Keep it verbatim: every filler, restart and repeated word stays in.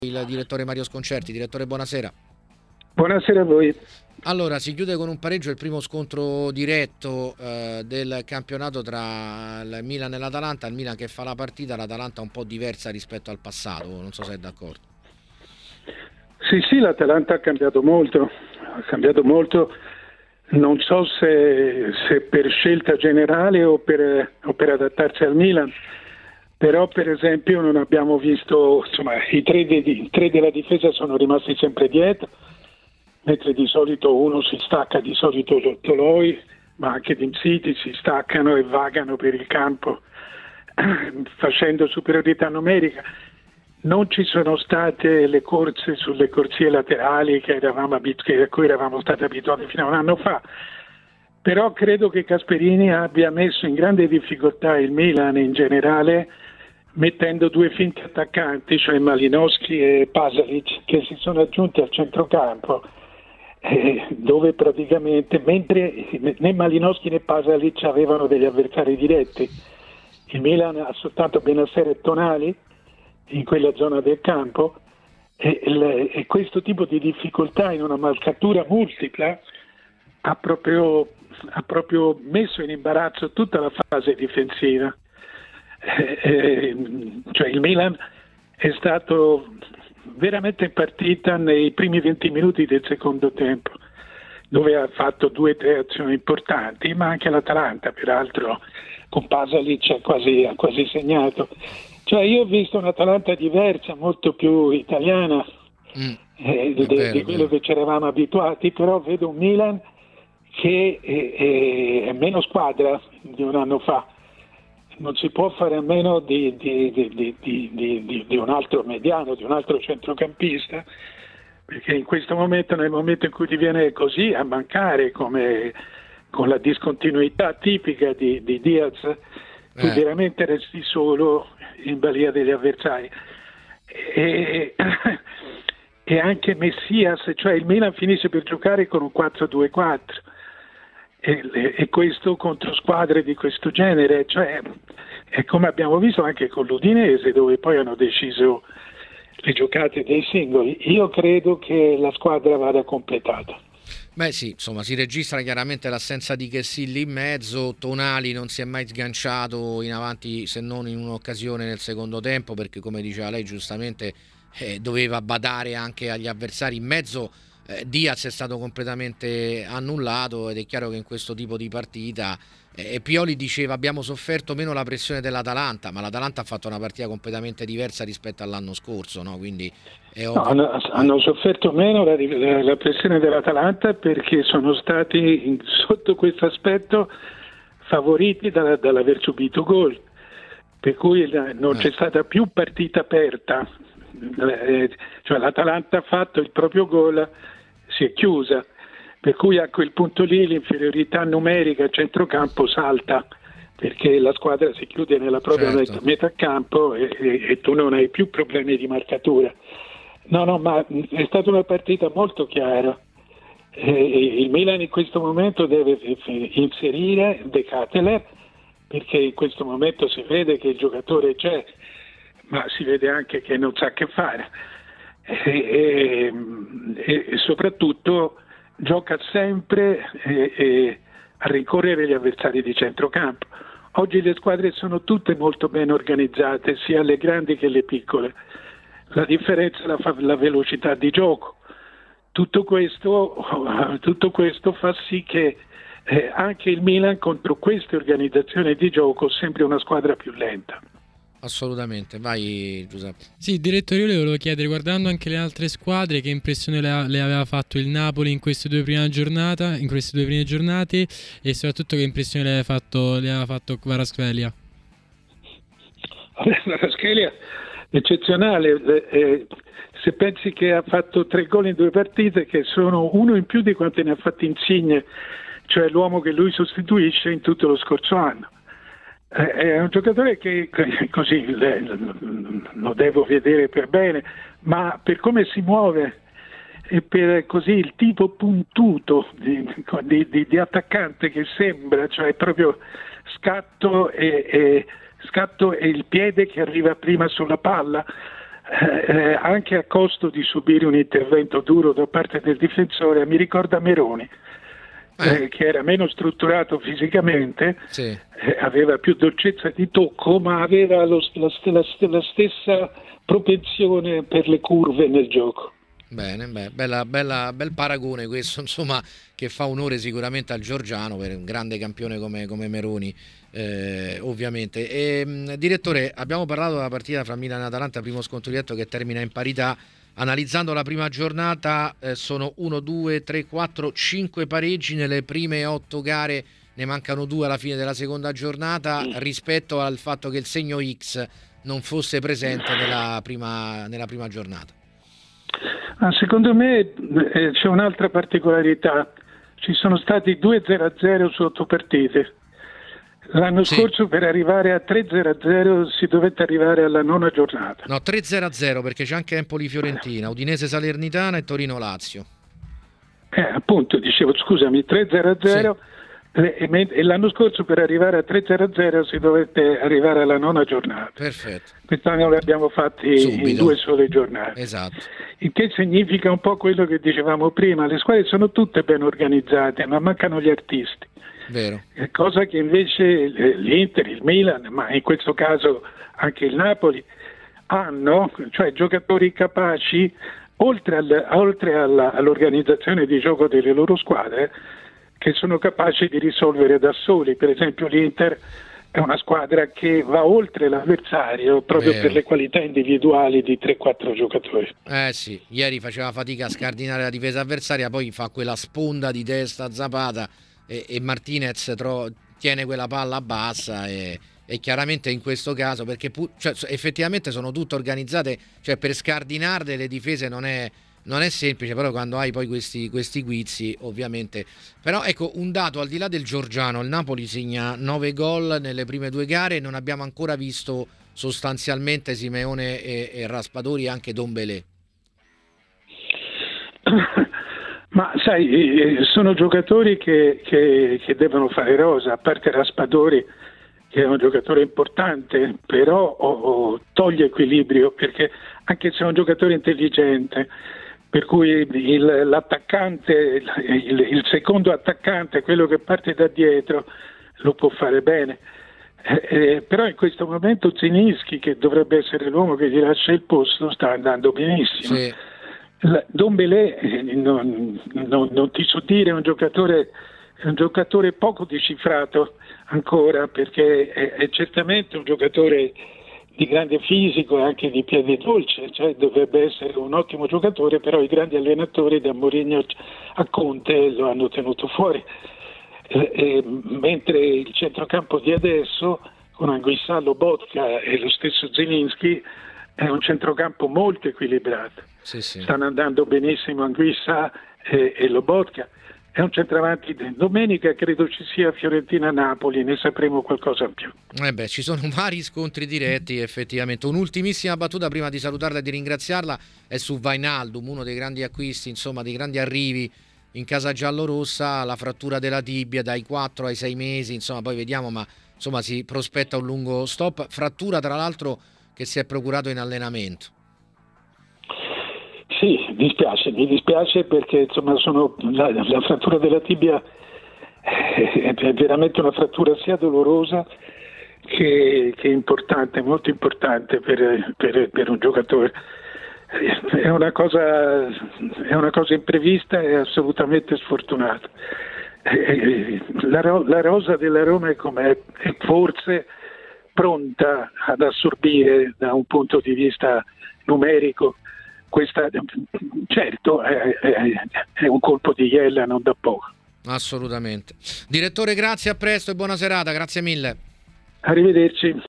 Il direttore Mario Sconcerti. Direttore, buonasera. Buonasera a voi. Allora, si chiude con un pareggio il primo scontro diretto eh, del campionato tra il Milan e l'Atalanta. Il Milan che fa la partita, l'Atalanta un po' diversa rispetto al passato, non so se è d'accordo. Sì, sì, l'Atalanta ha cambiato molto, ha cambiato molto, non so se, se per scelta generale o per, o per adattarsi al Milan. Però per esempio non abbiamo visto, insomma, i tre, de, i tre della difesa sono rimasti sempre dietro, mentre di solito uno si stacca, di solito Toloi, ma anche Dempsey si staccano e vagano per il campo facendo superiorità numerica. Non ci sono state le corse sulle corsie laterali che eravamo abit- a cui eravamo stati abituati fino a un anno fa. Però credo che Gasperini abbia messo in grande difficoltà il Milan in generale, mettendo due finti attaccanti, cioè Malinowski e Pasalic, che si sono aggiunti al centrocampo, eh, dove praticamente, mentre né Malinowski né Pasalic avevano degli avversari diretti, il Milan ha soltanto Bennacer e Tonali in quella zona del campo, e, e questo tipo di difficoltà in una marcatura multipla ha proprio, ha proprio messo in imbarazzo tutta la fase difensiva. Eh, eh, cioè il Milan è stato veramente in partita nei primi venti minuti del secondo tempo, dove ha fatto due o tre azioni importanti, ma anche l'Atalanta peraltro con Pasalic ha quasi, ha quasi segnato. Cioè io ho visto un'Atalanta diversa, molto più italiana mm, eh, di, vero, di quello che ci eravamo abituati, però vedo un Milan che è, è, è meno squadra di un anno fa. Non si può fare a meno di, di, di, di, di, di, di un altro mediano, di un altro centrocampista, perché in questo momento, nel momento in cui ti viene così a mancare, come con la discontinuità tipica di, di Diaz, tu eh. veramente resti solo in balia degli avversari. E, e anche Messias, cioè il Milan finisce per giocare con un quattro due quattro. E, e questo contro squadre di questo genere, cioè è come abbiamo visto anche con l'Udinese, dove poi hanno deciso le giocate dei singoli. Io credo che la squadra vada completata. Beh sì, insomma si registra chiaramente l'assenza di Chessy lì in mezzo. Tonali non si è mai sganciato in avanti se non in un'occasione nel secondo tempo, perché come diceva lei giustamente eh, doveva badare anche agli avversari in mezzo. Eh, Diaz è stato completamente annullato ed è chiaro che in questo tipo di partita eh, Pioli diceva abbiamo sofferto meno la pressione dell'Atalanta, ma l'Atalanta ha fatto una partita completamente diversa rispetto all'anno scorso, no? Quindi è ovvio. No, hanno, hanno sofferto meno la, la pressione dell'Atalanta perché sono stati in, sotto questo aspetto favoriti da, dall'aver subito gol, per cui la, non eh. c'è stata più partita aperta. Eh, cioè l'Atalanta ha fatto il proprio gol, si è chiusa, per cui a quel punto lì l'inferiorità numerica a centrocampo salta, perché la squadra si chiude nella propria certo. metà campo e, e, e tu non hai più problemi di marcatura. No, no, ma è stata una partita molto chiara. Eh, il Milan in questo momento deve inserire De Ketelaere, perché in questo momento si vede che il giocatore c'è, ma si vede anche che non sa che fare e, e, e soprattutto gioca sempre e, e a rincorrere gli avversari di centrocampo. Oggi le squadre sono tutte molto ben organizzate, sia le grandi che le piccole. La differenza è la, la velocità di gioco. Tutto questo, tutto questo fa sì che eh, anche il Milan contro queste organizzazioni di gioco sembri una squadra più lenta. Assolutamente, vai Giuseppe. Sì, direttore, io le volevo chiedere, guardando anche le altre squadre, che impressione le, le aveva fatto il Napoli in queste due prime giornate, in queste due prime giornate, e soprattutto che impressione le aveva fatto, le aveva fatto Kvaratskhelia? Kvaratskhelia eccezionale, eh, se pensi che ha fatto tre gol in due partite, che sono uno in più di quante ne ha fatti Insigne, cioè l'uomo che lui sostituisce in tutto lo scorso anno. È un giocatore che così lo devo vedere per bene, ma per come si muove e per così il tipo puntuto di, di, di, di attaccante che sembra, cioè proprio scatto e, e scatto e il piede che arriva prima sulla palla, eh, anche a costo di subire un intervento duro da parte del difensore. Mi ricorda Meroni, eh. Eh, che era meno strutturato fisicamente, sì. eh, aveva più dolcezza di tocco, ma aveva lo, la, la, la stessa propensione per le curve nel gioco. Bene, beh, bella, bella, bel paragone questo, insomma, che fa onore sicuramente al georgiano, per un grande campione come, come Meroni, eh, ovviamente. E, mh, direttore, abbiamo parlato della partita fra Milan e Atalanta, primo scontro diretto che termina in parità. Analizzando la prima giornata, eh, sono uno, due, tre, quattro, cinque pareggi nelle prime otto gare, ne mancano due alla fine della seconda giornata, rispetto al fatto che il segno X non fosse presente nella prima, nella prima giornata. Ah, secondo me eh, c'è un'altra particolarità: ci sono stati due zero a zero su otto partite. L'anno sì. scorso per arrivare a tre zero a zero si dovette arrivare alla nona giornata. No, tre zero a zero perché c'è anche Empoli-Fiorentina, Udinese-Salernitana e Torino-Lazio. Eh, appunto, dicevo, scusami, tre zero a zero sì. e, e l'anno scorso per arrivare a tre zero a zero si dovette arrivare alla nona giornata. Perfetto. Quest'anno li abbiamo fatti Subito. in due sole giornate. Esatto. Il che significa un po' quello che dicevamo prima: le squadre sono tutte ben organizzate, ma mancano gli artisti. Vero. Cosa che invece l'Inter, il Milan, ma in questo caso anche il Napoli hanno, cioè giocatori capaci, oltre, al, oltre alla, all'organizzazione di gioco delle loro squadre, che sono capaci di risolvere da soli. Per esempio l'Inter è una squadra che va oltre l'avversario proprio Vero. per le qualità individuali di tre quattro giocatori. Eh sì, ieri faceva fatica a scardinare la difesa avversaria, poi fa quella sponda di testa a Zapata e, e Martinez tro- tiene quella palla bassa e, e chiaramente in questo caso, perché pu- cioè, effettivamente sono tutte organizzate, cioè per scardinarle le difese non è, non è semplice, però quando hai poi questi, questi guizzi ovviamente. Però ecco, un dato al di là del georgiano: il Napoli segna nove gol nelle prime due gare, non abbiamo ancora visto sostanzialmente Simeone e, e Raspadori, anche Dombelé. Ma sai, sono giocatori che, che, che devono fare rosa, a parte Raspadori che è un giocatore importante, però oh, oh, toglie equilibrio, perché anche se è un giocatore intelligente, per cui il, l'attaccante, il, il secondo attaccante, quello che parte da dietro, lo può fare bene. Eh, eh, però in questo momento Zilinski, che dovrebbe essere l'uomo che gli lascia il posto, sta andando benissimo. Sì. Dombelé, eh, non, non, non ti so dire, è un giocatore, è un giocatore poco decifrato ancora, perché è, è certamente un giocatore di grande fisico e anche di piede dolce, cioè dovrebbe essere un ottimo giocatore, però i grandi allenatori da Mourinho a Conte lo hanno tenuto fuori. Eh, eh, mentre il centrocampo di adesso, con Anguissa, Lobotka e lo stesso Zilinski, è un centrocampo molto equilibrato. Sì, sì. Stanno andando benissimo Anguissa e, e Lobotka. È un centravanti. Domenica credo ci sia Fiorentina-Napoli, ne sapremo qualcosa in più. Eh beh, ci sono vari scontri diretti effettivamente. Un'ultimissima battuta prima di salutarla e di ringraziarla è su Wijnaldum, uno dei grandi acquisti, insomma, dei grandi arrivi in casa giallorossa. La frattura della tibia dai quattro ai sei mesi, insomma, poi vediamo, ma insomma si prospetta un lungo stop. Frattura tra l'altro che si è procurato in allenamento. Sì, dispiace, mi dispiace perché insomma sono, la, la frattura della tibia è, è veramente una frattura sia dolorosa che, che importante, molto importante per, per, per un giocatore. È una cosa, è una cosa imprevista e assolutamente sfortunata. La, la rosa della Roma è com'è, è forse pronta ad assorbire da un punto di vista numerico questa, certo è, è, è un colpo di iella non da poco. Assolutamente. Direttore, grazie, a presto e buona serata, grazie mille. Arrivederci.